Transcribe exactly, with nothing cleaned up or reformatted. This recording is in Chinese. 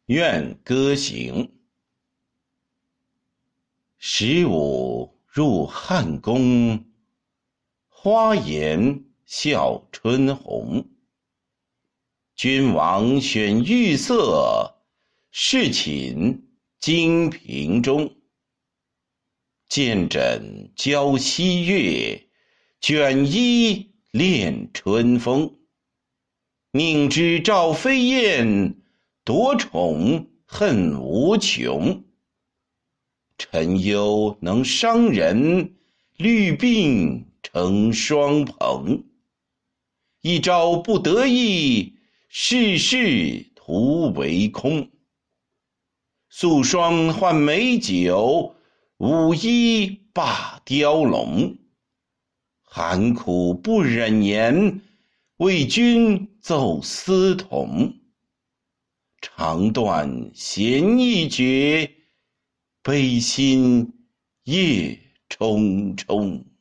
愿歌行。十五入汉宫，花颜笑春红。君王选玉色，侍寝金瓶中。见枕教西月，卷衣恋春风。宁知赵飞燕，夺宠恨无穷。沉忧能伤人，虑病成双朋。一朝不得意，世事徒为空。素霜换美酒，舞衣罢雕龙。寒苦不忍言，为君奏丝桐。长断弦一绝，悲心夜忡忡。